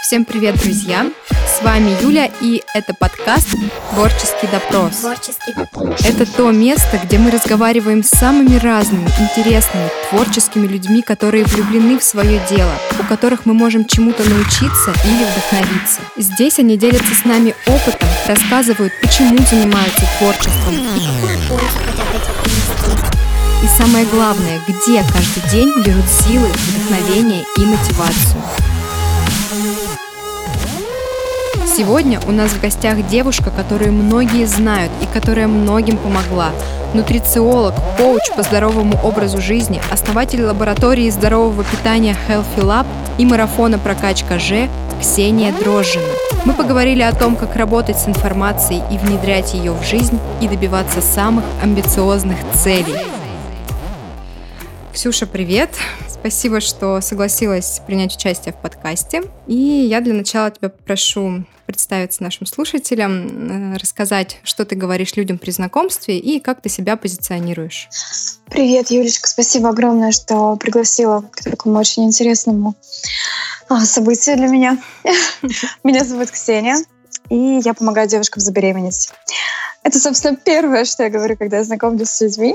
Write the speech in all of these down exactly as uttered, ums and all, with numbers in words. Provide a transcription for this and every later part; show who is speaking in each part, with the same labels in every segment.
Speaker 1: Всем привет, друзья! С вами Юля, и это подкаст «Творческий допрос».
Speaker 2: Творческий допрос.
Speaker 1: Это то место, где мы разговариваем с самыми разными, интересными, творческими людьми, которые влюблены в свое дело, у которых мы можем чему-то научиться или вдохновиться. Здесь они делятся с нами опытом, рассказывают, почему занимаются творчеством. И самое главное, где каждый день берут силы, вдохновение и мотивацию. Сегодня у нас в гостях девушка, которую многие знают и которая многим помогла. Нутрициолог, коуч по здоровому образу жизни, основатель лаборатории здорового питания Healthy Lab и марафона «Прокачка Ж» Ксения Дрожжина. Мы поговорили о том, как работать с информацией и внедрять ее в жизнь и добиваться самых амбициозных целей. Ксюша, привет! Спасибо, что согласилась принять участие в подкасте. И я для начала тебя попрошу представиться нашим слушателям, рассказать, что ты говоришь людям при знакомстве и как ты себя позиционируешь.
Speaker 2: Привет, Юлечка, спасибо огромное, что пригласила к такому очень интересному событию для меня. Меня зовут Ксения, и я помогаю девушкам забеременеть. Это, собственно, первое, что я говорю, когда я знакомлюсь с людьми.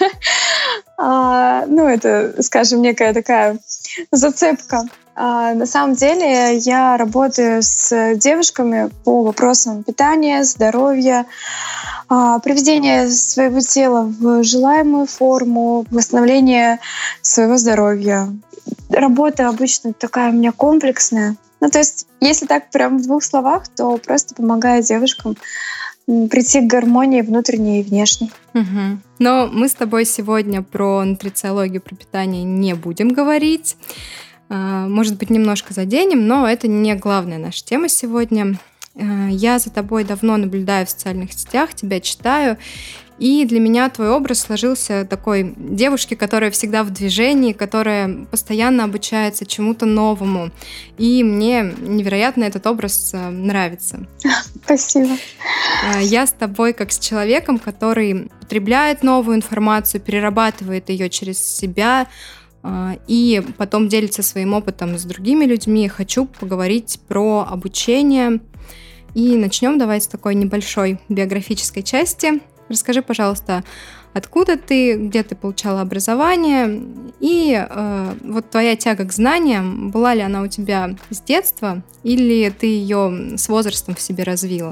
Speaker 2: А, ну, это, скажем, некая такая зацепка. А, на самом деле я работаю с девушками по вопросам питания, здоровья, а, приведения своего тела в желаемую форму, восстановления своего здоровья. Работа обычно такая у меня комплексная. Ну, то есть, если так прям в двух словах, то просто помогаю девушкам прийти к гармонии внутренней и внешней.
Speaker 1: Угу. Но мы с тобой сегодня про нутрициологию, про питание не будем говорить. Может быть, немножко заденем, но это не главная наша тема сегодня. Я за тобой давно наблюдаю в социальных сетях, тебя читаю, и для меня твой образ сложился такой девушки, которая всегда в движении, которая постоянно обучается чему-то новому. И мне невероятно этот образ нравится.
Speaker 2: Спасибо.
Speaker 1: Я с тобой как с человеком, который потребляет новую информацию, перерабатывает ее через себя и потом делится своим опытом с другими людьми. Хочу поговорить про обучение. И начнем давай с такой небольшой биографической части. Расскажи, пожалуйста, откуда ты, где ты получала образование, и э, вот твоя тяга к знаниям, была ли она у тебя с детства, или ты ее с возрастом в себе развила?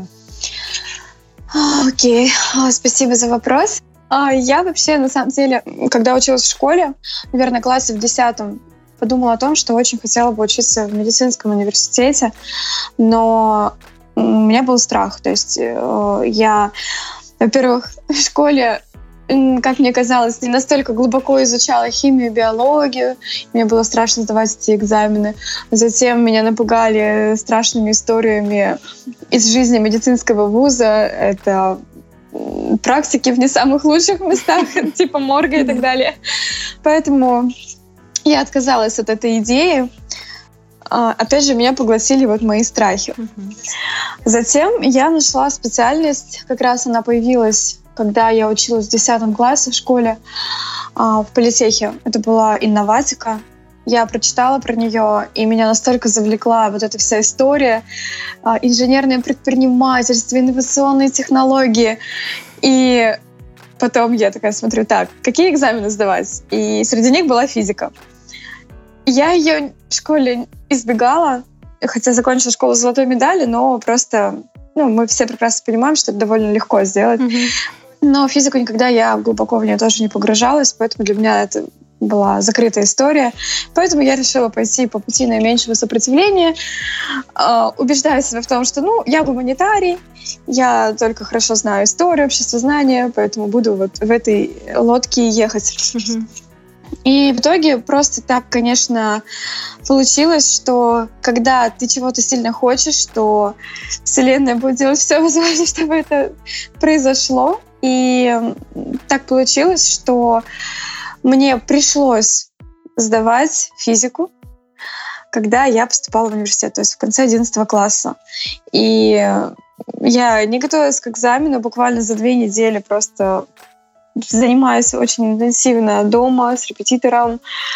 Speaker 2: Окей, okay. Спасибо за вопрос. Я вообще, на самом деле, когда училась в школе, наверное, классе в десятом, подумала о том, что очень хотела бы учиться в медицинском университете, но у меня был страх. То есть я, во-первых, в школе, как мне казалось, не настолько глубоко изучала химию, биологию. Мне было страшно сдавать эти экзамены. Затем меня напугали страшными историями из жизни медицинского вуза. Это практики в не самых лучших местах, типа морга и так далее. Поэтому я отказалась от этой идеи. Опять же, меня поглотили вот мои страхи. Затем я нашла специальность, как раз она появилась, когда я училась в десятом классе в школе, в политехе. Это была инноватика. Я прочитала про нее, и меня настолько завлекла вот эта вся история, инженерное предпринимательство, инновационные технологии. И потом я такая смотрю, так, какие экзамены сдавать? И среди них была физика. Я ее в школе избегала, хотя закончила школу с золотой медалью, но просто, ну, мы все прекрасно понимаем, что это довольно легко сделать. Mm-hmm. Но физику никогда я глубоко в нее тоже не погружалась, поэтому для меня это была закрытая история. Поэтому я решила пойти по пути наименьшего сопротивления, э, убеждая себя в том, что, ну, я гуманитарий, я только хорошо знаю историю, обществознание, поэтому буду вот в этой лодке ехать. Mm-hmm. И в итоге просто так, конечно, получилось, что когда ты чего-то сильно хочешь, то Вселенная будет делать все возможное, чтобы это произошло. И так получилось, что мне пришлось сдавать физику, когда я поступала в университет, то есть в конце одиннадцатого класса. И я не готовилась к экзамену, буквально за две недели просто занимаюсь очень интенсивно дома с репетитором.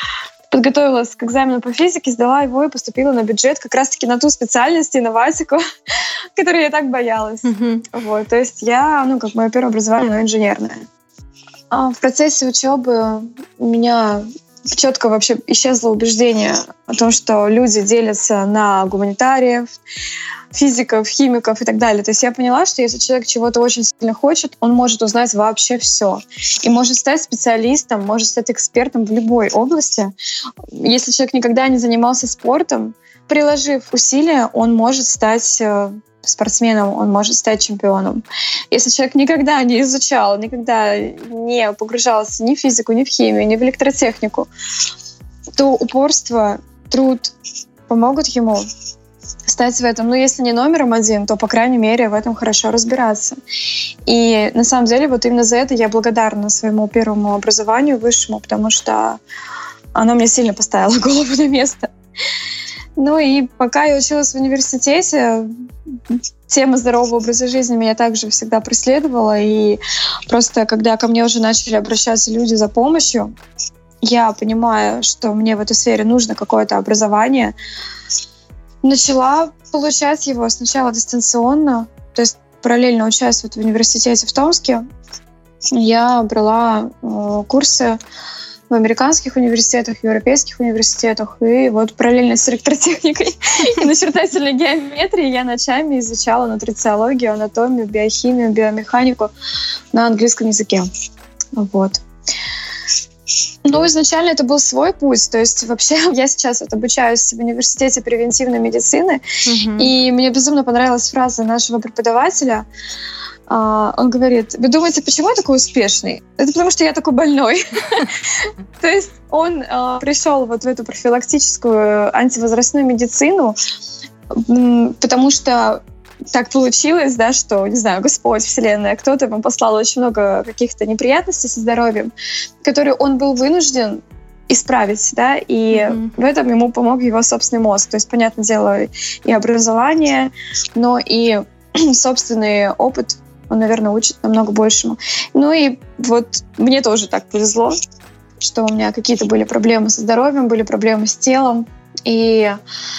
Speaker 2: подготовилась к экзамену по физике, сдала его и поступила на бюджет как раз-таки на ту специальность, инноватику, которой я так боялась.
Speaker 1: Мгм.
Speaker 2: Вот, то есть я, ну, как мое первое образование, оно инженерное. А в процессе учебы у меня четко вообще исчезло убеждение о том, что люди делятся на гуманитариев, физиков, химиков и так далее. То есть я поняла, что если человек чего-то очень сильно хочет, он может узнать вообще все. И может стать специалистом, может стать экспертом в любой области. Если человек никогда не занимался спортом, приложив усилия, он может стать э, спортсменом, он может стать чемпионом. Если человек никогда не изучал, никогда не погружался ни в физику, ни в химию, ни в электротехнику, то упорство, труд помогут ему стать в этом, ну, если не номером один, то, по крайней мере, в этом хорошо разбираться. И на самом деле вот именно за это я благодарна своему первому образованию высшему, потому что оно мне сильно поставило голову на место. Ну и пока я училась в университете, тема здорового образа жизни меня также всегда преследовала. И просто когда ко мне уже начали обращаться люди за помощью, я понимаю, что мне в этой сфере нужно какое-то образование, начала получать его сначала дистанционно, то есть параллельно учась вот в университете в Томске. Я брала э, курсы в американских университетах, в европейских университетах, и вот параллельно с электротехникой и начертательной геометрией я ночами изучала нутрициологию, анатомию, биохимию, биомеханику на английском языке. Вот. Ну, изначально это был свой путь. То есть вообще я сейчас вот обучаюсь в университете превентивной медицины,
Speaker 1: Мгм.
Speaker 2: и мне безумно понравилась фраза нашего преподавателя. А, Он говорит: вы думаете, почему я такой успешный? Это потому, что я такой больной. То есть он а, пришел вот в эту профилактическую антивозрастную медицину, м, потому что так получилось, да, что, не знаю, Господь, Вселенная, кто-то ему послал очень много каких-то неприятностей со здоровьем, которые он был вынужден исправить, да, и
Speaker 1: Мгм.
Speaker 2: в этом ему помог его собственный мозг. То есть, понятное дело, и образование, но и собственный опыт, он, наверное, учит намного большему. Ну и вот мне тоже так повезло, что у меня какие-то были проблемы со здоровьем, были проблемы с телом, и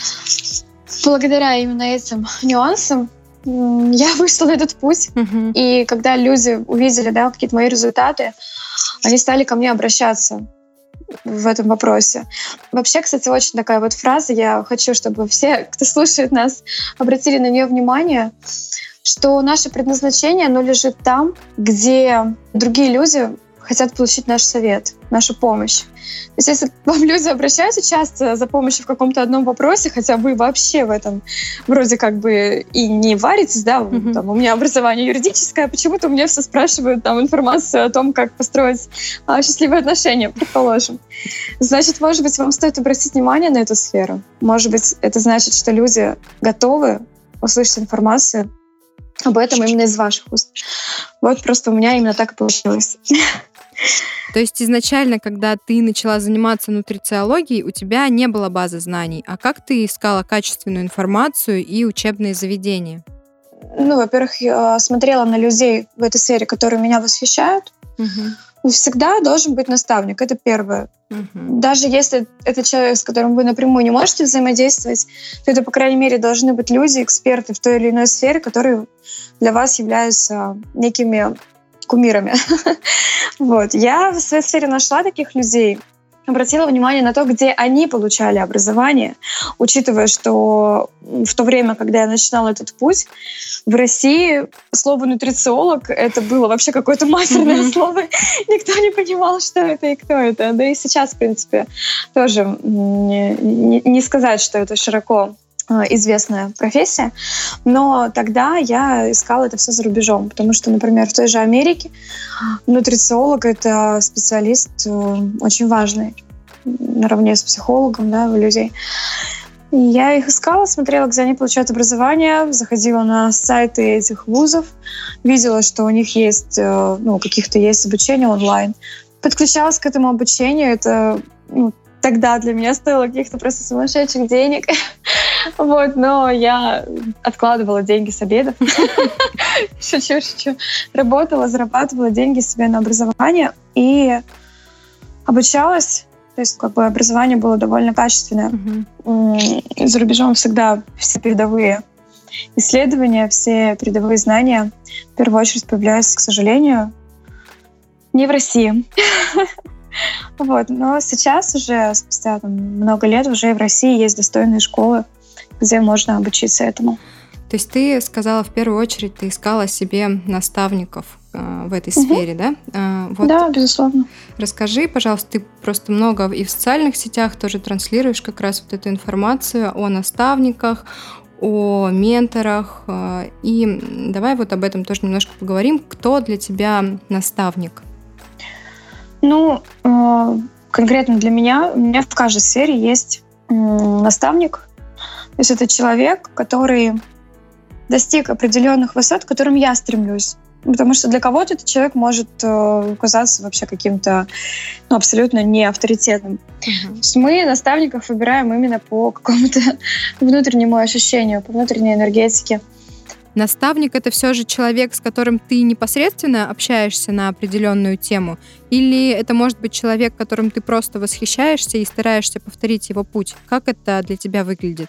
Speaker 2: благодаря именно этим нюансам м, я вышла на этот путь.
Speaker 1: Мгм.
Speaker 2: И когда люди увидели, да, какие-то мои результаты, они стали ко мне обращаться в этом вопросе. Вообще, кстати, очень такая вот фраза, я хочу, чтобы все, кто слушает нас, обратили на нее внимание, что наше предназначение, оно лежит там, где другие люди хотят получить наш совет, нашу помощь. То есть если к вам люди обращаются часто за помощью в каком-то одном вопросе, хотя вы вообще в этом вроде как бы и не варитесь, да,
Speaker 1: Мгм.
Speaker 2: там, у меня образование юридическое, а почему-то у меня все спрашивают там информацию о том, как построить а, счастливые отношения, предположим. Значит, может быть, вам стоит обратить внимание на эту сферу. Может быть, это значит, что люди готовы услышать информацию об этом именно из ваших уст. Вот просто у меня именно так и получилось.
Speaker 1: То есть изначально, когда ты начала заниматься нутрициологией, у тебя не было базы знаний. А как ты искала качественную информацию и учебные заведения?
Speaker 2: Ну, во-первых, я смотрела на людей в этой сфере, которые меня восхищают.
Speaker 1: Мгм.
Speaker 2: Всегда должен быть наставник, это первое.
Speaker 1: Мгм.
Speaker 2: Даже если это человек, с которым вы напрямую не можете взаимодействовать, то это, по крайней мере, должны быть люди, эксперты в той или иной сфере, которые для вас являются некими кумирами. Вот. Я в своей сфере нашла таких людей, обратила внимание на то, где они получали образование, учитывая, что в то время, когда я начинала этот путь, в России слово «нутрициолог» — это было вообще какое-то матерное
Speaker 1: Мгм.
Speaker 2: слово. Никто не понимал, что это и кто это. Да и сейчас, в принципе, тоже м, не, не- не сказать, что это широко э, известная профессия, но тогда я искала это все за рубежом, потому что, например, в той же Америке нутрициолог — это специалист э, очень важный, наравне с психологом, да, у людей. И я их искала, смотрела, где они получают образование, заходила на сайты этих вузов, видела, что у них есть, э, ну, каких-то есть обучение онлайн. Подключалась к этому обучению. Это, ну, тогда для меня стоило каких-то просто сумасшедших денег. Вот, но я откладывала деньги с обедов. Шучу, шучу. Работала, зарабатывала деньги себе на образование и обучалась. То есть как бы образование было довольно качественное. Mm-hmm. За рубежом всегда все передовые исследования, все передовые знания в первую очередь появляются, к сожалению, не в России. Вот. Но сейчас уже, спустя там, много лет, уже и в России есть достойные школы, где можно обучиться этому.
Speaker 1: То есть ты сказала, в первую очередь, ты искала себе наставников э, в этой сфере, угу. да? Э, вот.
Speaker 2: Да, безусловно.
Speaker 1: Расскажи, пожалуйста, ты просто много и в социальных сетях тоже транслируешь как раз вот эту информацию о наставниках, о менторах. Э, и давай вот об этом тоже немножко поговорим. Кто для тебя наставник?
Speaker 2: Ну, э, конкретно для меня, у меня в каждой сфере есть э, наставник. То есть это человек, который достиг определенных высот, к которым я стремлюсь. Потому что для кого-то этот человек может э, казаться вообще каким-то ну, абсолютно не авторитетным. Uh-huh. То есть мы наставников выбираем именно по какому-то внутреннему ощущению, по внутренней энергетике.
Speaker 1: Наставник — это все же человек, с которым ты непосредственно общаешься на определенную тему? Или это может быть человек, которым ты просто восхищаешься и стараешься повторить его путь? Как это для тебя выглядит?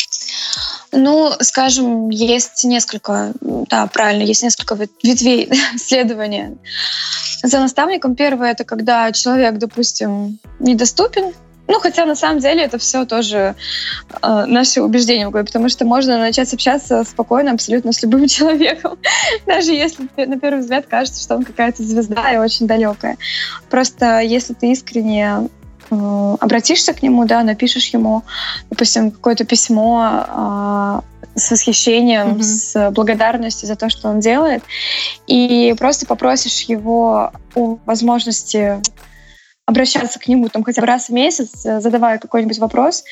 Speaker 2: Ну, скажем, есть несколько, да, правильно, есть несколько ветвей исследования. За наставником первое — это когда человек, допустим, недоступен. Ну, хотя на самом деле это все тоже э, наши убеждения, потому что можно начать общаться спокойно абсолютно с любым человеком, даже если на первый взгляд кажется, что он какая-то звезда и очень далекая. Просто если ты искренне э, обратишься к нему, да, напишешь ему, допустим, какое-то письмо э, с восхищением, mm-hmm. с благодарностью за то, что он делает, и просто попросишь его о возможности обращаться к нему там, хотя бы раз в месяц, задавая какой-нибудь вопрос,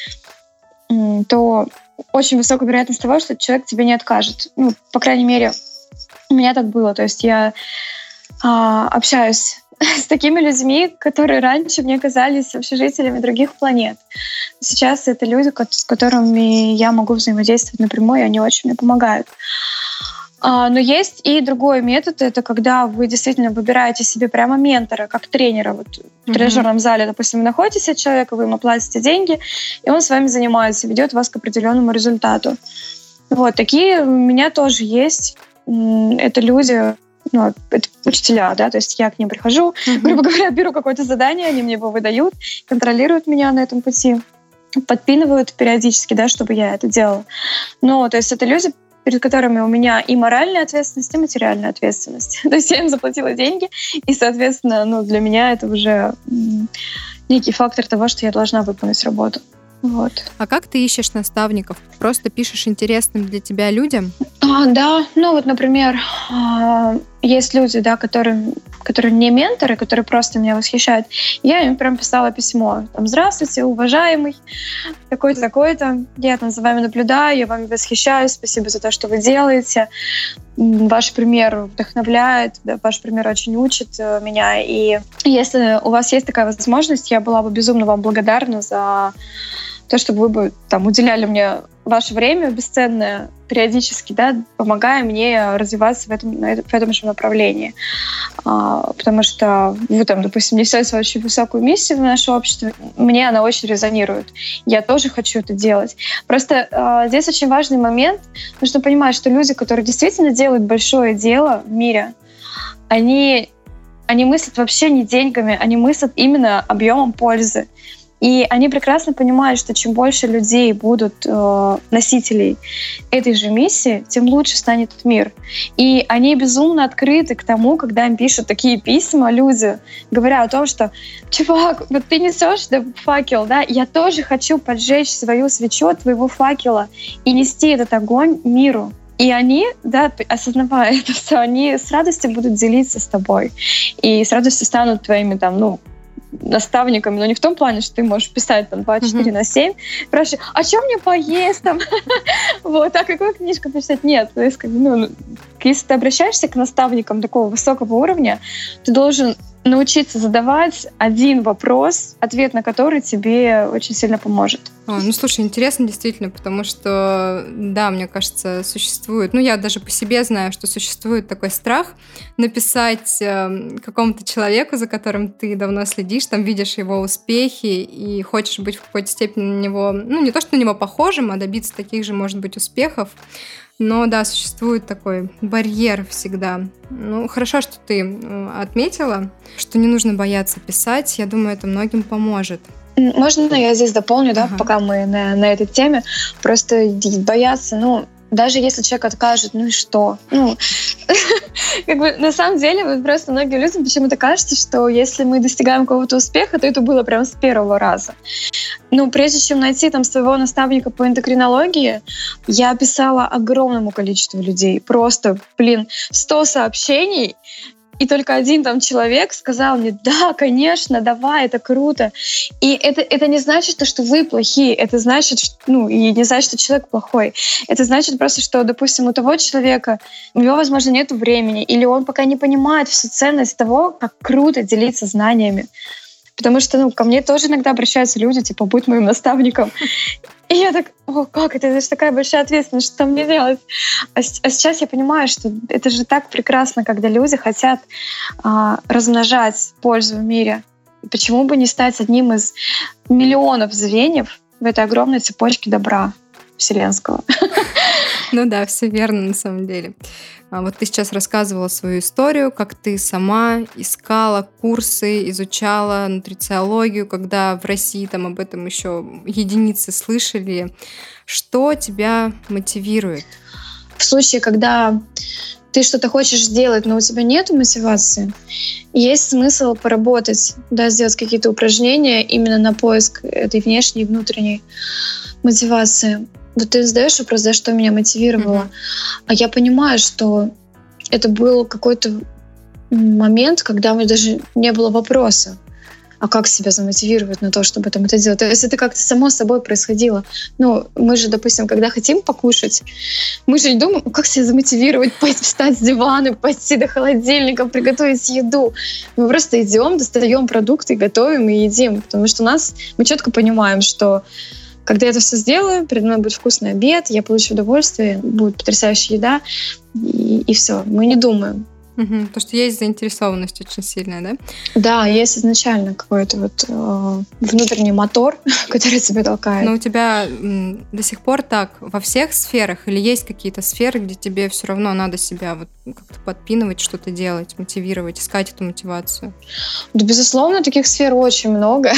Speaker 2: то очень высокая вероятность того, что человек тебе не откажет. Ну, по крайней мере, у меня так было. То есть я а, общаюсь с такими людьми, которые раньше мне казались вообще жителями других планет. Сейчас это люди, с которыми я могу взаимодействовать напрямую, и они очень мне помогают. Но есть и другой метод, это когда вы действительно выбираете себе прямо ментора, как тренера. Вот в тренажерном mm-hmm. зале, допустим, вы находитесь от человека, вы ему платите деньги, и он с вами занимается, ведет вас к определенному результату. Вот, такие у меня тоже есть. Это люди, ну, это учителя, да, то есть я к ним прихожу, mm-hmm. грубо говоря, беру какое-то задание, они мне его выдают, контролируют меня на этом пути, подпинывают периодически, да, чтобы я это делала. Ну, то есть это люди, перед которыми у меня и моральная ответственность, и материальная ответственность. То есть я им заплатила деньги, и, соответственно, ну, для меня это уже некий фактор того, что я должна выполнить работу. Вот.
Speaker 1: А как ты ищешь наставников? Просто пишешь интересным для тебя людям?
Speaker 2: А, да, ну вот, например, есть люди, да, которые, которые не менторы, которые просто меня восхищают. Я им прям писала письмо. Там, здравствуйте, уважаемый, такой-то, такой-то. Я там за вами наблюдаю, я вами восхищаюсь. Спасибо за то, что вы делаете. Ваш пример вдохновляет, да, ваш пример очень учит меня. И если у вас есть такая возможность, я была бы безумно вам благодарна за то, чтобы вы бы там уделяли мне ваше время бесценное периодически, да, помогая мне развиваться в этом, в этом же направлении. А, потому что вы там, допустим, несете очень высокую миссию в наше общество, мне она очень резонирует. Я тоже хочу это делать. Просто а, здесь очень важный момент. Нужно понимать, что люди, которые действительно делают большое дело в мире, они, они мыслят вообще не деньгами, они мыслят именно объемом пользы. И они прекрасно понимают, что чем больше людей будут э, носителей этой же миссии, тем лучше станет мир. И они безумно открыты к тому, когда им пишут такие письма люди, говоря о том, что «Чувак, вот ты несешь да, факел, да? Я тоже хочу поджечь свою свечу от твоего факела и нести этот огонь миру». И они, да, осознавая это все, они с радостью будут делиться с тобой. И с радостью станут твоими там, ну, наставниками, но не в том плане, что ты можешь писать там двадцать четыре на семь, спрашивать, а что мне поесть там? Вот, а какую книжку почитать? Нет, то есть, как, ну, если ты обращаешься к наставникам такого высокого уровня, ты должен научиться задавать один вопрос, ответ на который тебе очень сильно поможет.
Speaker 1: А, ну, слушай, интересно действительно, потому что, да, мне кажется, существует, ну, я даже по себе знаю, что существует такой страх написать э, какому-то человеку, за которым ты давно следишь, там видишь его успехи и хочешь быть в какой-то степени на него, ну, не то, что на него похожим, а добиться таких же, может быть, успехов. Но да, существует такой барьер всегда. Ну, хорошо, что ты отметила, что не нужно бояться писать. Я думаю, это многим поможет.
Speaker 2: Можно я здесь дополню, да,
Speaker 1: Ага.
Speaker 2: пока мы на, на этой теме? Просто бояться, ну, даже если человек откажет, ну и что? Ну, как бы на самом деле, вот просто многим людям почему-то кажется, что если мы достигаем какого-то успеха, то это было прям с первого раза. Ну, прежде чем найти там своего наставника по эндокринологии, я писала огромному количеству людей. Просто, блин, сто сообщений, и только один там человек сказал мне: да, конечно, давай, это круто. И это, это не значит, что вы плохие, это значит, что, ну, и не значит, что человек плохой. Это значит просто, что, допустим, у того человека, у него, возможно, нет времени, или он пока не понимает всю ценность того, как круто делиться знаниями. Потому что, ну, ко мне тоже иногда обращаются люди, типа, будь моим наставником. И я так: о, как это, это же такая большая ответственность, что мне делать? А, а сейчас я понимаю, что это же так прекрасно, когда люди хотят а, размножать пользу в мире. Почему бы не стать одним из миллионов звеньев в этой огромной цепочке добра вселенского?
Speaker 1: Ну да, все верно на самом деле. А вот ты сейчас рассказывала свою историю, как ты сама искала курсы, изучала нутрициологию, когда в России там об этом еще единицы слышали. Что тебя мотивирует?
Speaker 2: В случае, когда ты что-то хочешь сделать, но у тебя нет мотивации, есть смысл поработать, да, сделать какие-то упражнения именно на поиск этой внешней и внутренней мотивации. Вот ты задаешь вопрос, да, что меня мотивировало. Mm-hmm. А я понимаю, что это был какой-то момент, когда у меня даже не было вопроса, а как себя замотивировать на то, чтобы там это делать. То есть это как-то само собой происходило. Ну, мы же, допустим, когда хотим покушать, мы же не думаем, как себя замотивировать, пойти встать с дивана, пойти до холодильника, приготовить еду. Мы просто идем, достаем продукты, готовим и едим. Потому что у нас, мы четко понимаем, что когда я это все сделаю, передо мной будет вкусный обед, я получу удовольствие, будет потрясающая еда, и, и все. Мы не думаем.
Speaker 1: Угу. То, что есть заинтересованность очень сильная, да?
Speaker 2: Да, есть изначально какой-то вот э, внутренний мотор, который тебя толкает.
Speaker 1: Но у тебя м, до сих пор так во всех сферах? Или есть какие-то сферы, где тебе все равно надо себя вот как-то подпинывать, что-то делать, мотивировать, искать эту мотивацию?
Speaker 2: Да, безусловно, таких сфер очень много.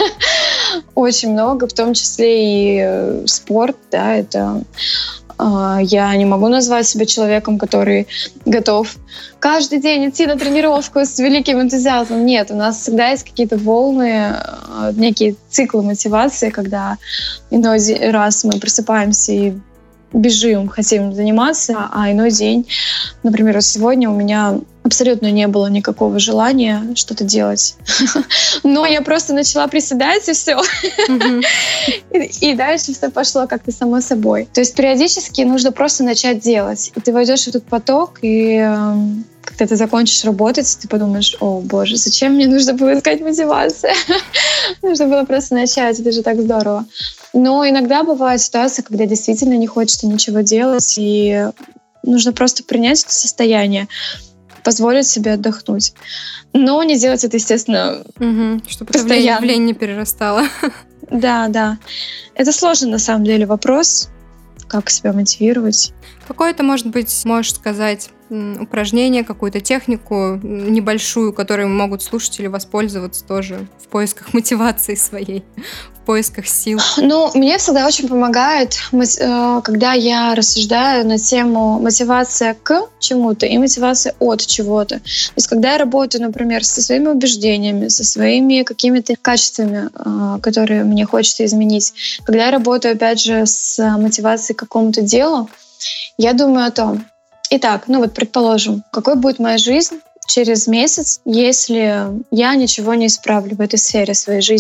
Speaker 2: Очень много, в том числе и спорт, да, это... Я не могу назвать себя человеком, который готов каждый день идти на тренировку с великим энтузиазмом. Нет, у нас всегда есть какие-то волны, некие циклы мотивации, когда иной раз мы просыпаемся и бежим, хотим заниматься, а иной день, например, вот сегодня у меня абсолютно не было никакого желания что-то делать. Но я просто начала приседать, и все. Mm-hmm. и, и дальше все пошло как-то само собой. То есть периодически нужно просто начать делать. И ты войдешь в этот поток, и э, когда ты закончишь работать, ты подумаешь: о, боже, зачем мне нужно было искать мотивацию? Нужно было просто начать, это же так здорово. Но иногда бывает ситуация, когда действительно не хочется ничего делать, и нужно просто принять это состояние, позволить себе отдохнуть. Но не делать это, естественно,
Speaker 1: угу, чтобы
Speaker 2: постоянно.
Speaker 1: Это в лень не перерастало.
Speaker 2: Да, да. Это сложный, на самом деле, вопрос, как себя мотивировать.
Speaker 1: Какое-то, может быть, можешь сказать, упражнение, какую-то технику небольшую, которой могут слушатели воспользоваться тоже в поисках мотивации своей, в поисках сил?
Speaker 2: Ну, мне всегда очень помогает, когда я рассуждаю на тему мотивация к чему-то и мотивация от чего-то. То есть, когда я работаю, например, со своими убеждениями, со своими какими-то качествами, которые мне хочется изменить, когда я работаю, опять же, с мотивацией к какому-то делу, я думаю о том, итак, ну вот предположим, какой будет моя жизнь через месяц, если я ничего не исправлю в этой сфере своей жизни.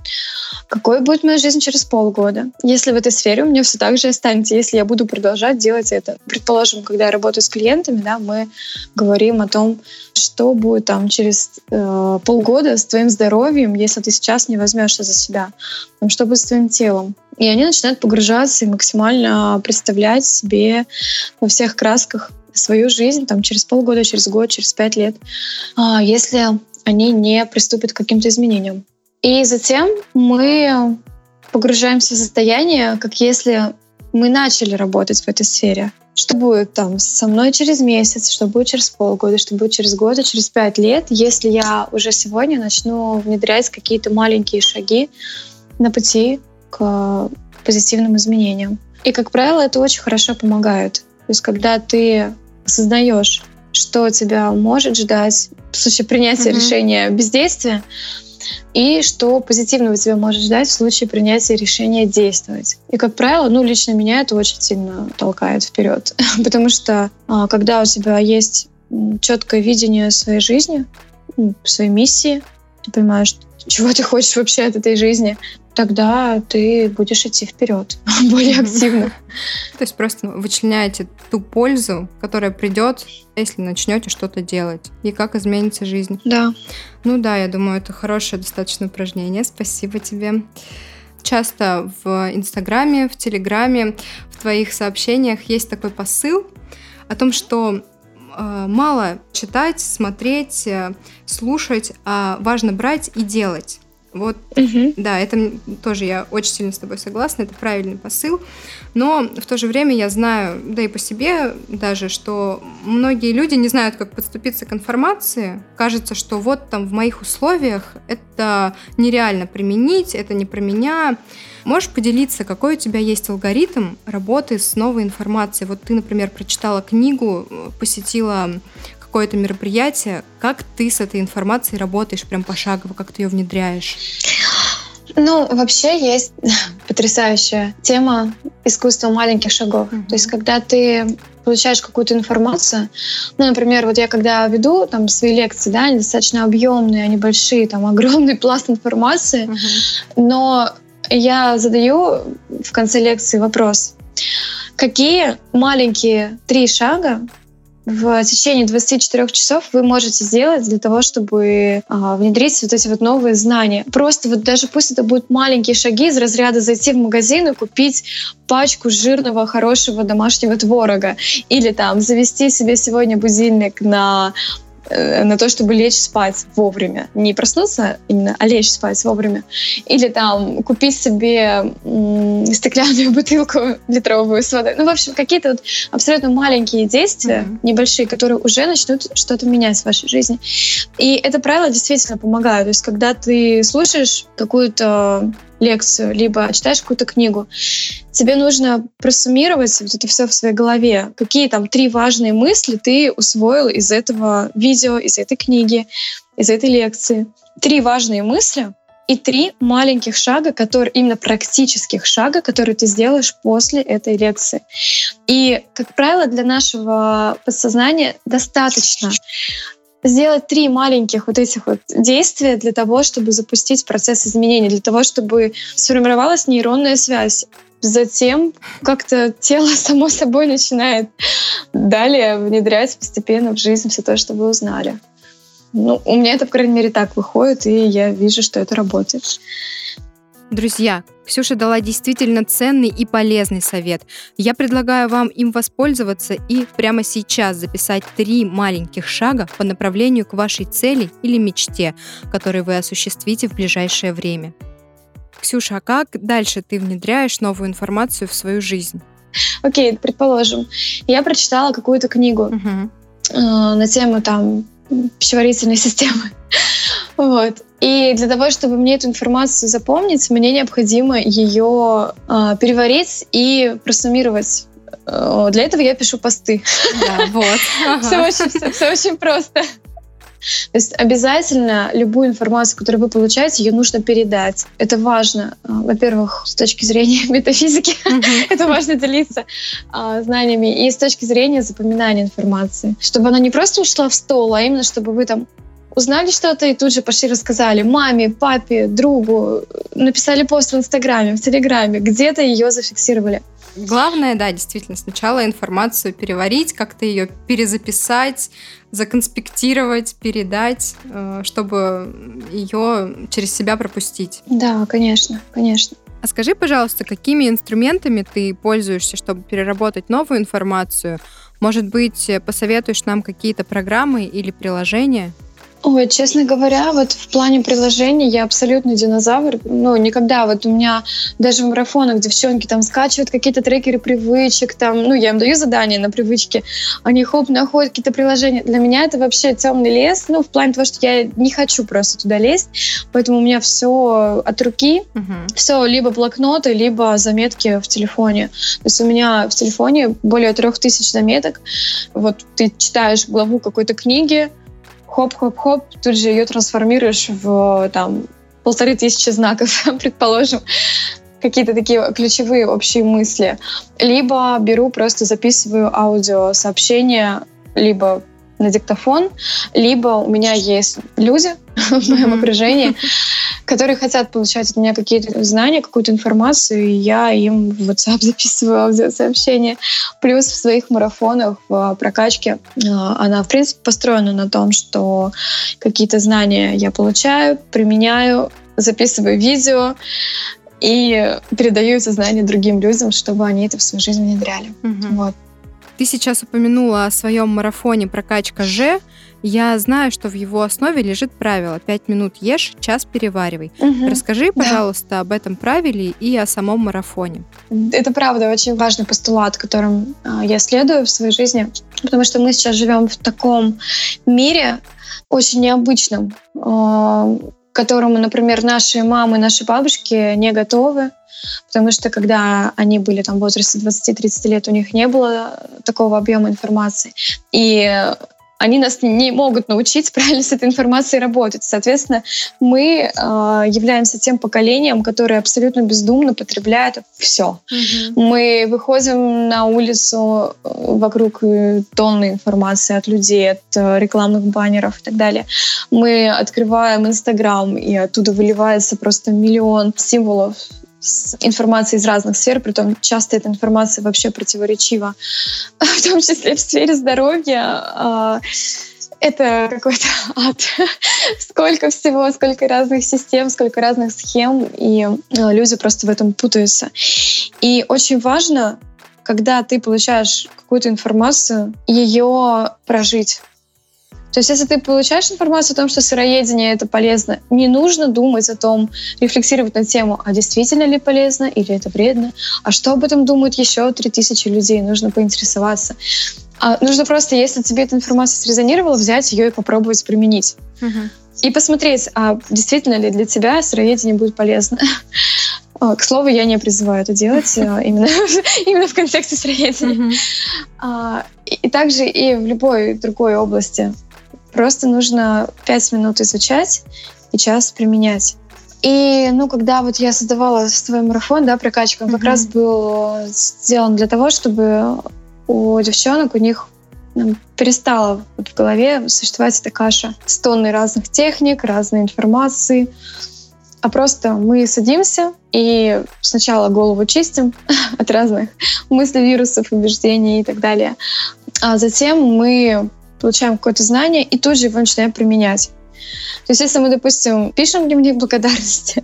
Speaker 2: Какой будет моя жизнь через полгода? Если в этой сфере у меня все так же останется, если я буду продолжать делать это. Предположим, когда я работаю с клиентами, да, мы говорим о том, что будет там через э, полгода с твоим здоровьем, если ты сейчас не возьмешься за себя. Там, что будет с твоим телом? И они начинают погружаться и максимально представлять себе во всех красках свою жизнь там, через полгода, через год, через пять лет, а, если они не приступят к каким-то изменениям. И затем мы погружаемся в состояние, как если мы начали работать в этой сфере. Что будет там со мной через месяц, что будет через полгода, что будет через год, и через пять лет, если я уже сегодня начну внедрять какие-то маленькие шаги на пути к позитивным изменениям. И, как правило, это очень хорошо помогает. То есть, когда ты осознаешь, что тебя может ждать в случае принятия mm-hmm. решения бездействия, и что позитивного тебя может ждать в случае принятия решения действовать. И, как правило, ну, лично меня это очень сильно толкает вперед. Потому что когда у тебя есть четкое видение своей жизни, своей миссии, ты понимаешь, чего ты хочешь вообще от этой жизни, тогда ты будешь идти вперед более активно.
Speaker 1: То есть просто вычленяете ту пользу, которая придет, если начнете что-то делать, и как изменится жизнь.
Speaker 2: Да.
Speaker 1: Ну да, я думаю, это хорошее достаточно упражнение. Спасибо тебе. Часто в Инстаграме, в Телеграме, в твоих сообщениях есть такой посыл о том, что э, мало читать, смотреть, э, слушать, а важно брать и делать. Вот, угу. да, это тоже я очень сильно с тобой согласна, это правильный посыл, но в то же время я знаю, да и по себе даже, что многие люди не знают, как подступиться к информации, кажется, что вот там в моих условиях это нереально применить, это не про меня. Можешь поделиться, какой у тебя есть алгоритм работы с новой информацией? Вот ты, например, прочитала книгу, посетила какое-то мероприятие, как ты с этой информацией работаешь прям пошагово, как ты ее внедряешь?
Speaker 2: Ну, вообще есть потрясающая тема искусства маленьких шагов. Mm-hmm. То есть, когда ты получаешь какую-то информацию, ну, например, вот я когда веду там свои лекции, да, они достаточно объемные, они большие, там огромный пласт информации, mm-hmm. но я задаю в конце лекции вопрос: какие маленькие три шага в течение двадцати четырёх часов вы можете сделать для того, чтобы а, внедрить вот эти вот новые знания. Просто вот даже пусть это будут маленькие шаги из разряда зайти в магазин и купить пачку жирного, хорошего домашнего творога. Или там завести себе сегодня будильник на на то, чтобы лечь спать вовремя. Не проснуться именно, а лечь спать вовремя. Или там купить себе м- стеклянную бутылку литровую с водой. Ну, в общем, какие-то вот абсолютно маленькие действия, mm-hmm. небольшие, которые уже начнут что-то менять в вашей жизни. И это правило действительно помогает. То есть, когда ты слушаешь какую-то лекцию, либо читаешь какую-то книгу, тебе нужно просуммировать вот это все в своей голове. Какие там три важные мысли ты усвоил из этого видео, из этой книги, из этой лекции. Три важные мысли и три маленьких шага, которые, именно практических шага, которые ты сделаешь после этой лекции. И, как правило, для нашего подсознания достаточно сделать три маленьких вот этих вот действия для того, чтобы запустить процесс изменения, для того, чтобы сформировалась нейронная связь. Затем как-то тело само собой начинает далее внедрять постепенно в жизнь все то, что вы узнали. Ну, у меня это, по крайней мере, так выходит, и я вижу, что это работает.
Speaker 1: Друзья, Ксюша дала действительно ценный и полезный совет. Я предлагаю вам им воспользоваться и прямо сейчас записать три маленьких шага по направлению к вашей цели или мечте, которые вы осуществите в ближайшее время. Ксюша, а как дальше ты внедряешь новую информацию в свою жизнь?
Speaker 2: Окей, okay, предположим, я прочитала какую-то книгу uh-huh. э, на тему там пищеварительной системы. Вот. И для того, чтобы мне эту информацию запомнить, мне необходимо ее э, переварить и просуммировать. Э, для этого я пишу посты.
Speaker 1: Да, вот. Ага.
Speaker 2: Все очень, все, все очень просто. То есть обязательно любую информацию, которую вы получаете, ее нужно передать. Это важно. Во-первых, с точки зрения метафизики, mm-hmm. это важно делиться а, знаниями. И с точки зрения запоминания информации. Чтобы она не просто ушла в стол, а именно чтобы вы там узнали что-то и тут же пошли рассказали маме, папе, другу, написали пост в Инстаграме, в Телеграме, где-то ее зафиксировали.
Speaker 1: Главное, да, действительно, сначала информацию переварить, как-то ее перезаписать, законспектировать, передать, чтобы ее через себя пропустить.
Speaker 2: Да, конечно, конечно.
Speaker 1: А скажи, пожалуйста, какими инструментами ты пользуешься, чтобы переработать новую информацию? Может быть, посоветуешь нам какие-то программы или приложения?
Speaker 2: Ой, честно говоря, вот в плане приложений я абсолютно динозавр. Ну, никогда вот у меня даже в марафонах девчонки там скачивают какие-то трекеры привычек, там, ну, я им даю задания на привычки, они хоп, находят какие-то приложения. Для меня это вообще темный лес, ну, в плане того, что я не хочу просто туда лезть, поэтому у меня все от руки, uh-huh. все либо блокноты, либо заметки в телефоне. То есть у меня в телефоне более трех тысяч заметок. Вот ты читаешь главу какой-то книги, хоп-хоп-хоп, тут же ее трансформируешь в там, полторы тысячи знаков, предположим, какие-то такие ключевые общие мысли. Либо беру, просто записываю аудиосообщения, либо на диктофон, либо у меня есть люди в моем окружении, которые хотят получать от меня какие-то знания, какую-то информацию, и я им в WhatsApp записываю аудиосообщения. Плюс в своих марафонах, в прокачке, она, в принципе, построена на том, что какие-то знания я получаю, применяю, записываю видео и передаю эти знания другим людям, чтобы они это в свою жизнь внедряли.
Speaker 1: Угу.
Speaker 2: Вот.
Speaker 1: Ты сейчас упомянула о своем марафоне «Прокачка Ж». Я знаю, что в его основе лежит правило «пять минут ешь, час переваривай». Угу. Расскажи, пожалуйста, да. об этом правиле и о самом марафоне.
Speaker 2: Это правда очень важный постулат, которым я следую в своей жизни, потому что мы сейчас живем в таком мире очень необычном, к которому, например, наши мамы, наши бабушки не готовы. Потому что когда они были там в возрасте двадцать-тридцать лет, у них не было такого объема информации. И они нас не могут научить правильно с этой информацией работать. Соответственно, мы э, являемся тем поколением, которое абсолютно бездумно потребляет все. Mm-hmm. Мы выходим на улицу, вокруг тонны информации от людей, от рекламных баннеров и так далее. Мы открываем Инстаграм, и оттуда выливается просто миллион символов с информацией из разных сфер, притом часто эта информация вообще противоречива, в том числе в сфере здоровья. Это какой-то ад. Сколько всего, сколько разных систем, сколько разных схем, и люди просто в этом путаются. И очень важно, когда ты получаешь какую-то информацию, ее прожить. То есть если ты получаешь информацию о том, что сыроедение — это полезно, не нужно думать о том, рефлексировать на тему, а действительно ли полезно или это вредно, а что об этом думают еще три тысячи людей, нужно поинтересоваться. А нужно просто, если тебе эта информация срезонировала, взять ее и попробовать применить. Uh-huh. И посмотреть, а действительно ли для тебя сыроедение будет полезно. К слову, я не призываю это делать именно, именно в контексте сыроедения. Uh-huh. И также и в любой другой области. Просто нужно пять минут изучать и час применять. И, ну, когда вот я создавала свой марафон, да, прокачка, он mm-hmm. как раз был сделан для того, чтобы у девчонок, у них ну, перестала вот в голове существовать эта каша с тонной разных техник, разной информации. А просто мы садимся и сначала голову чистим от разных мыслей, вирусов, убеждений и так далее. А затем мы получаем какое-то знание и тут же его начинаем применять. То есть если мы, допустим, пишем дневник благодарности,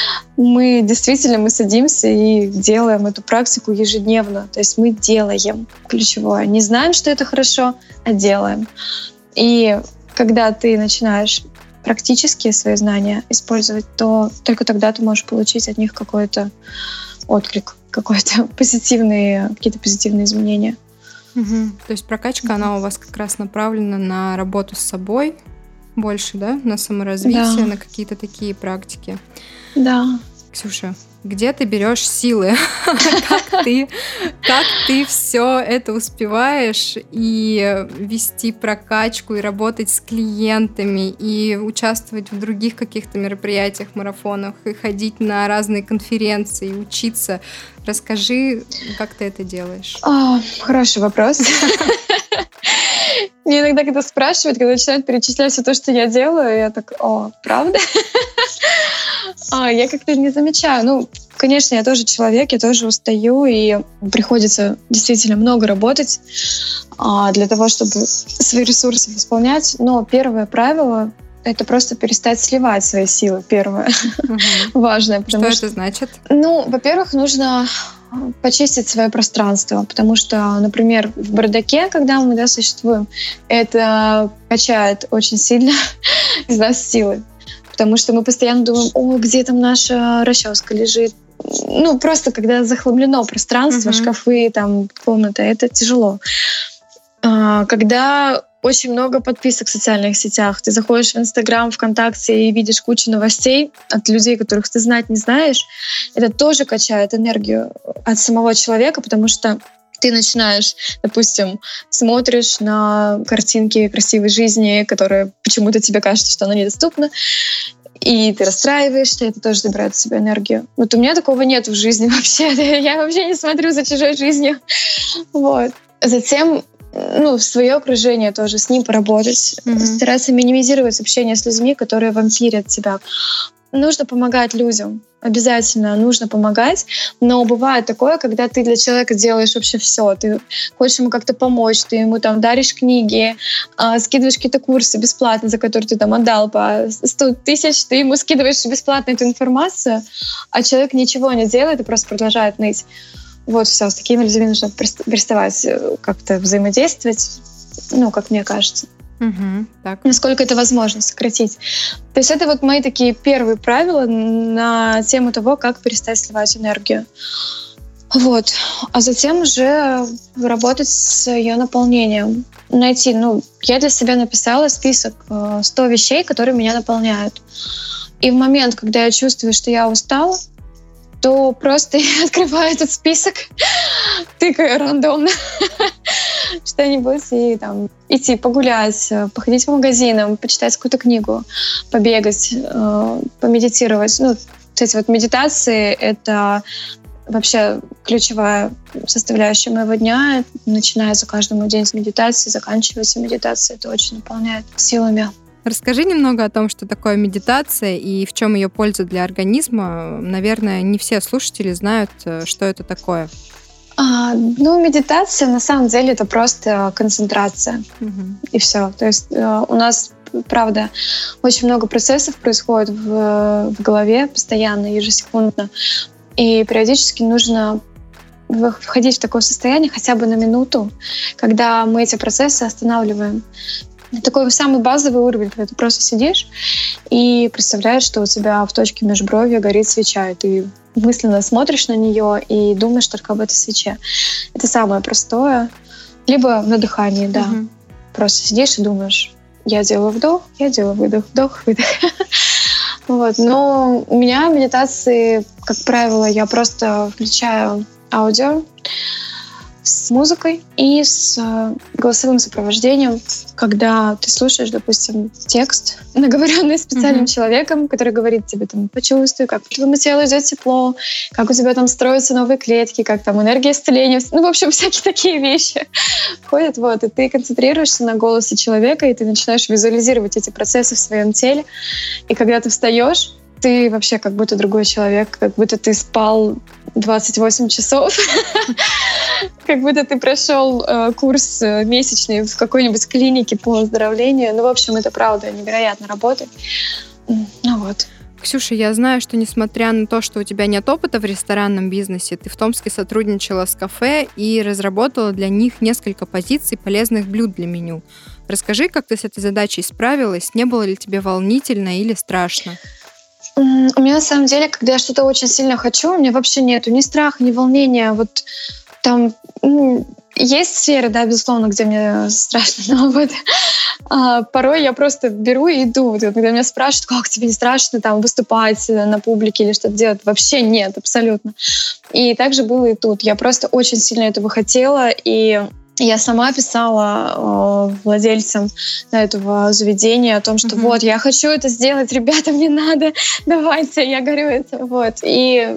Speaker 2: мы действительно мы садимся и делаем эту практику ежедневно. То есть мы делаем ключевое. Не знаем, что это хорошо, а делаем. И когда ты начинаешь практически свои знания использовать, то только тогда ты можешь получить от них какой-то отклик, какой-то позитивные, какие-то позитивные изменения.
Speaker 1: Угу. То есть прокачка, mm-hmm. она у вас как раз направлена на работу с собой больше, да? На саморазвитие, да. на какие-то такие практики.
Speaker 2: Да.
Speaker 1: Ксюша, где ты берешь силы? Как ты, как ты все это успеваешь и вести прокачку, и работать с клиентами, и участвовать в других каких-то мероприятиях, марафонах, и ходить на разные конференции, и учиться? Расскажи, как ты это делаешь?
Speaker 2: О, хороший вопрос. Мне иногда, когда спрашивают, когда начинают перечислять все то, что я делаю, я так, о, правда? А, я как-то не замечаю. Ну, конечно, я тоже человек, я тоже устаю, и приходится действительно много работать а, для того, чтобы свои ресурсы восполнять. Но первое правило — это просто перестать сливать свои силы. Первое. Угу. Важное.
Speaker 1: Что, что это значит?
Speaker 2: Ну, во-первых, нужно почистить свое пространство, потому что, например, в бардаке, когда мы, да, существуем, это качает очень сильно из нас силы, потому что мы постоянно думаем, о, где там наша расческа лежит. Ну, просто когда захламлено пространство, uh-huh. шкафы, там, комната, это тяжело. А, когда очень много подписок в социальных сетях, ты заходишь в Инстаграм, ВКонтакте и видишь кучу новостей от людей, которых ты знать не знаешь, это тоже качает энергию от самого человека, потому что ты начинаешь, допустим, смотришь на картинки красивой жизни, которые почему-то тебе кажется, что она недоступна, и ты расстраиваешься, это тоже забирает в себя энергию. Вот у меня такого нет в жизни вообще. Я вообще не смотрю за чужой жизнью. Вот. Затем ну, в свое окружение тоже, с ним поработать. Mm-hmm. Стараться минимизировать общение с людьми, которые вампирят тебя. Нужно помогать людям. Обязательно нужно помогать. Но бывает такое, когда ты для человека делаешь вообще все. Ты хочешь ему как-то помочь, ты ему там даришь книги, э, скидываешь какие-то курсы бесплатно, за которые ты там отдал по сто тысяч, ты ему скидываешь бесплатно эту информацию, а человек ничего не делает и просто продолжает ныть. Вот все, с такими людьми нужно переставать как-то взаимодействовать, ну, как мне кажется.
Speaker 1: Угу, так.
Speaker 2: Насколько это возможно сократить. То есть это вот мои такие первые правила на тему того, как перестать сливать энергию. Вот. А затем уже работать с ее наполнением. Найти, ну, я для себя написала список сто вещей, которые меня наполняют. И в момент, когда я чувствую, что я устала, то просто я открываю этот список, тыкаю рандомно что-нибудь и там идти погулять, походить по магазинам, почитать какую-то книгу, побегать, э, помедитировать. Ну, эти вот медитации — это вообще ключевая составляющая моего дня. Начинается каждый мой день с медитации, заканчивается медитацией. Это очень наполняет силами.
Speaker 1: Расскажи немного о том, что такое медитация и в чем ее польза для организма. Наверное, не все слушатели знают, что это такое.
Speaker 2: А, ну, медитация на самом деле это просто концентрация. Угу. И все. То есть у нас, правда, очень много процессов происходит в, в голове постоянно, ежесекундно. И периодически нужно входить в такое состояние хотя бы на минуту, когда мы эти процессы останавливаем. Такой самый базовый уровень, когда ты просто сидишь и представляешь, что у тебя в точке межбровья горит свеча, и ты мысленно смотришь на нее и думаешь только об этой свече. Это самое простое. Либо на дыхании, да. Угу. Просто сидишь и думаешь, я делаю вдох, я делаю выдох, вдох, выдох. Вот. Но у меня медитации, как правило, я просто включаю аудио с музыкой и с голосовым сопровождением, когда ты слушаешь, допустим, текст, наговоренный специальным mm-hmm. человеком, который говорит тебе, там, почувствуй, как по твоему телу идет тепло, как у тебя там строятся новые клетки, как там энергия исцеления. Ну, в общем, всякие такие вещи ходят. Вот, и ты концентрируешься на голосе человека, и ты начинаешь визуализировать эти процессы в своем теле. И когда ты встаешь, ты вообще как будто другой человек, как будто ты спал двадцать восемь часов, как будто ты прошел э, курс месячный в какой-нибудь клинике по оздоровлению. Ну, в общем, это правда невероятно работает. Ну вот.
Speaker 1: Ксюша, я знаю, что несмотря на то, что у тебя нет опыта в ресторанном бизнесе, ты в Томске сотрудничала с кафе и разработала для них несколько позиций полезных блюд для меню. Расскажи, как ты с этой задачей справилась? Не было ли тебе волнительно или страшно?
Speaker 2: У меня на самом деле, когда я что-то очень сильно хочу, у меня вообще нету ни страха, ни волнения. Вот там ну, есть сферы, да, безусловно, где мне страшно, но вот а, порой я просто беру и иду. Вот, когда меня спрашивают, как тебе не страшно там выступать на публике или что-то делать, вообще нет, абсолютно. И так же было и тут. Я просто очень сильно этого хотела, и я сама писала э, владельцам этого заведения о том, что mm-hmm. вот, я хочу это сделать, ребята, мне надо, давайте, я горю это. Вот. И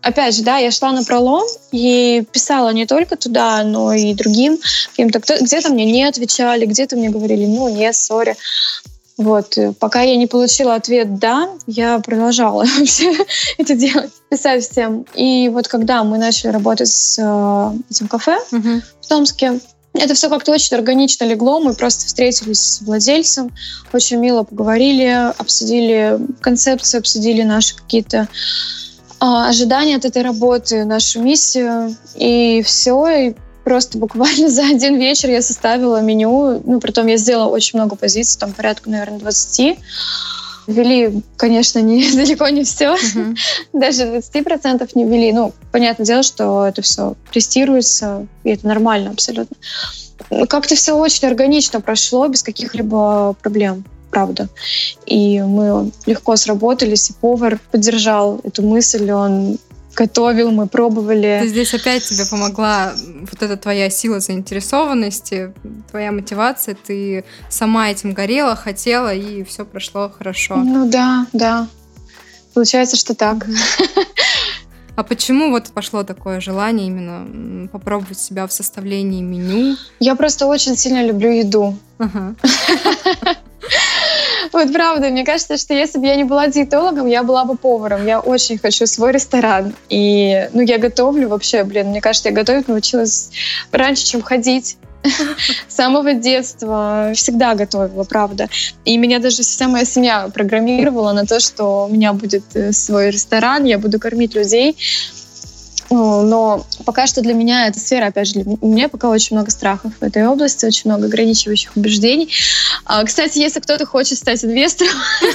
Speaker 2: опять же, да, я шла напролом и писала не только туда, но и другим каким-то. Где-то мне не отвечали, где-то мне говорили, ну, нет, сори. Вот. Пока я не получила ответ «да», я продолжала вообще это делать, писать всем. И вот когда мы начали работать с э, этим кафе uh-huh. в Томске, это все как-то очень органично легло. Мы просто встретились с владельцем, очень мило поговорили, обсудили концепцию, обсудили наши какие-то ожидания от этой работы, нашу миссию, и все. И просто буквально за один вечер я составила меню. Ну, притом я сделала очень много позиций, там порядка, наверное, двадцать. Ввели, конечно, не, далеко не все. Uh-huh. Даже двадцать процентов не ввели. Ну, понятное дело, что это все тестируется, и это нормально абсолютно. Как-то все очень органично прошло, без каких-либо проблем. Правда. И мы легко сработались, и повар поддержал эту мысль, он готовил, мы пробовали.
Speaker 1: Ты здесь опять тебе помогла вот эта твоя сила заинтересованности, твоя мотивация, ты сама этим горела, хотела, и все прошло хорошо.
Speaker 2: Ну да, да. Получается, что так.
Speaker 1: А почему вот пошло такое желание именно попробовать себя в составлении меню?
Speaker 2: Я просто очень сильно люблю еду. Ага. Вот правда, мне кажется, что если бы я не была диетологом, я была бы поваром. Я очень хочу свой ресторан. И, ну, я готовлю вообще, блин, мне кажется, я готовить научилась раньше, чем ходить. С самого детства всегда готовила, правда. И меня даже вся моя семья программировала на то, что у меня будет свой ресторан, я буду кормить людей. Но пока что для меня эта сфера, опять же, для меня пока очень много страхов в этой области, очень много ограничивающих убеждений. Кстати, если кто-то хочет стать инвестором...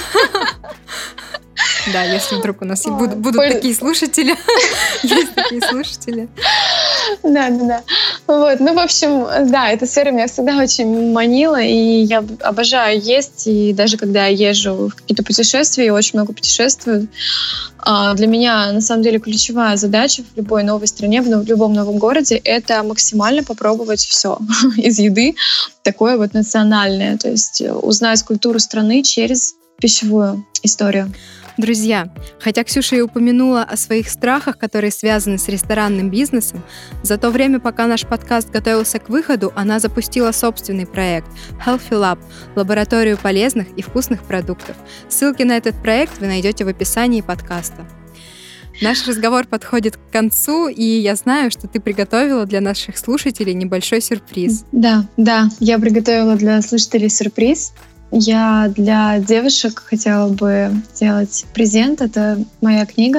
Speaker 1: Да, если вдруг у нас будут, будут Поль... такие слушатели. Есть такие слушатели.
Speaker 2: Да, да, да. Вот, ну, в общем, да, эта сфера меня всегда очень манила, и я обожаю есть, и даже когда я езжу в какие-то путешествия, я очень много путешествую, для меня, на самом деле, ключевая задача в любой новой стране, в любом новом городе — это максимально попробовать все из еды, такое вот национальное, то есть узнать культуру страны через пищевую историю.
Speaker 1: Друзья, хотя Ксюша и упомянула о своих страхах, которые связаны с ресторанным бизнесом, за то время, пока наш подкаст готовился к выходу, она запустила собственный проект Healthy Lab – лабораторию полезных и вкусных продуктов. Ссылки на этот проект вы найдете в описании подкаста. Наш разговор подходит к концу, и я знаю, что ты приготовила для наших слушателей небольшой сюрприз.
Speaker 2: Да, да, я приготовила для слушателей сюрприз. Я для девушек хотела бы сделать презент. Это моя книга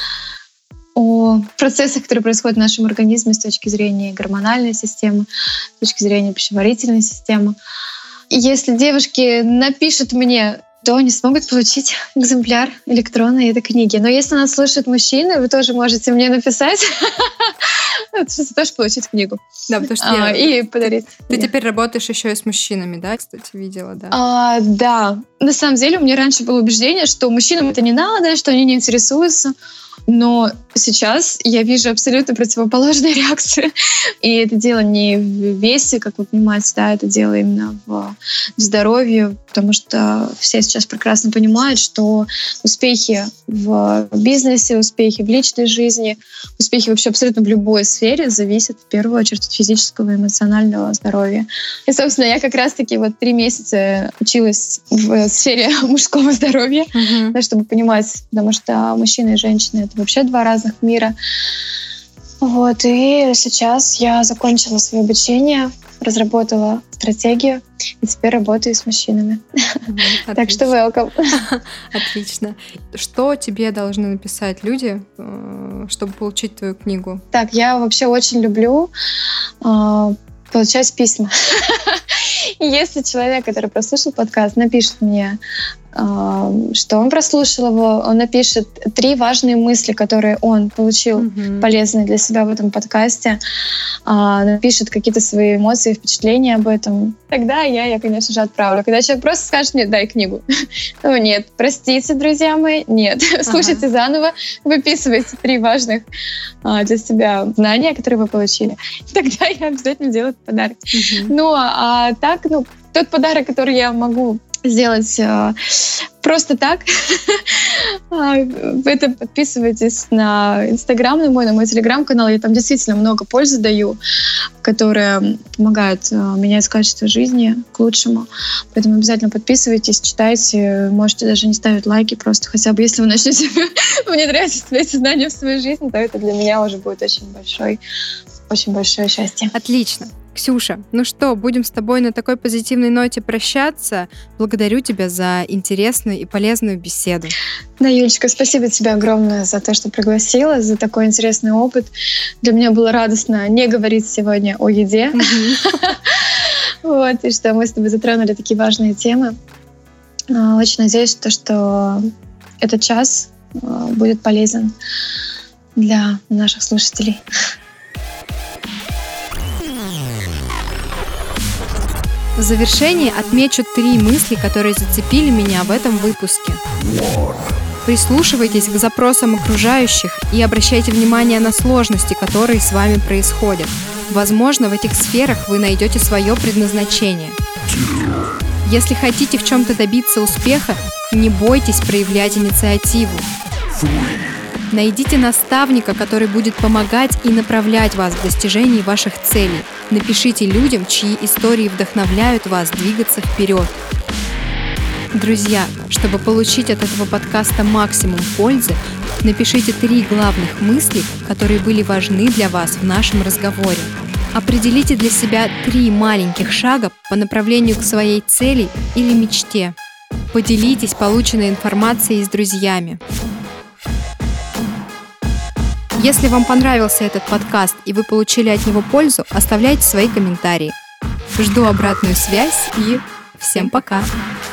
Speaker 2: о процессах, которые происходят в нашем организме с точки зрения гормональной системы, с точки зрения пищеварительной системы. И если девушки напишут мне, то они смогут получить экземпляр электронной этой книги. Но если нас слушают мужчины, вы тоже можете мне написать, чтобы тоже получить книгу.
Speaker 1: Да, потому что я...
Speaker 2: И подарить.
Speaker 1: Ты теперь работаешь еще и с мужчинами, да, кстати, видела, да?
Speaker 2: А, да. На самом деле у меня раньше было убеждение, что мужчинам это не надо, что они не интересуются. Но сейчас я вижу абсолютно противоположную реакцию. И это дело не в весе, как вы понимаете, да, это дело именно в здоровье, потому что все сейчас прекрасно понимают, что успехи в бизнесе, успехи в личной жизни, успехи вообще абсолютно в любой сфере зависят в первую очередь от физического и эмоционального здоровья. И, собственно, я как раз-таки вот три месяца училась в сфере мужского здоровья, mm-hmm. да, чтобы понимать, потому что мужчины и женщины — это вообще два разных мира. Вот, и сейчас я закончила свое обучение, разработала стратегию, и теперь работаю с мужчинами. Mm-hmm, так что welcome.
Speaker 1: Отлично. Что тебе должны написать люди, чтобы получить твою книгу?
Speaker 2: Так, я вообще очень люблю э, получать письма. Если человек, который прослушал подкаст, напишет мне, что он прослушал его, он напишет три важные мысли, которые он получил mm-hmm. полезные для себя в этом подкасте, напишет какие-то свои эмоции, впечатления об этом, тогда я, я, конечно же, отправлю. Когда человек просто скажет мне, дай книгу. Ну, нет, простите, друзья мои, нет. Ага. Слушайте заново, выписывайте три важных для себя знания, которые вы получили. Тогда я обязательно делаю подарок. Mm-hmm. Ну, а так, ну, тот подарок, который я могу сделать э, просто так. Вы это подписывайтесь на Инстаграм на мой, на мой Телеграм-канал. Я там действительно много пользы даю, которая помогает менять качество жизни к лучшему. Поэтому обязательно подписывайтесь, читайте. Можете даже не ставить лайки, просто хотя бы если вы начнете внедрять эти знания в свою жизнь, то это для меня уже будет очень большой, очень большое счастье.
Speaker 1: Отлично. Ксюша, ну что, будем с тобой на такой позитивной ноте прощаться. Благодарю тебя за интересную и полезную беседу.
Speaker 2: Да, Юлечка, спасибо тебе огромное за то, что пригласила, за такой интересный опыт. Для меня было радостно не говорить сегодня о еде. Вот, и что мы с тобой затронули такие важные темы. Очень надеюсь, что этот час будет полезен для наших слушателей.
Speaker 1: В завершении отмечу три мысли, которые зацепили меня в этом выпуске. Прислушивайтесь к запросам окружающих и обращайте внимание на сложности, которые с вами происходят. Возможно, в этих сферах вы найдете свое предназначение. Если хотите в чем-то добиться успеха, не бойтесь проявлять инициативу. Найдите наставника, который будет помогать и направлять вас в достижении ваших целей. Напишите людям, чьи истории вдохновляют вас двигаться вперед. Друзья, чтобы получить от этого подкаста максимум пользы, напишите три главных мысли, которые были важны для вас в нашем разговоре. Определите для себя три маленьких шага по направлению к своей цели или мечте. Поделитесь полученной информацией с друзьями. Если вам понравился этот подкаст и вы получили от него пользу, оставляйте свои комментарии. Жду обратную связь и всем пока!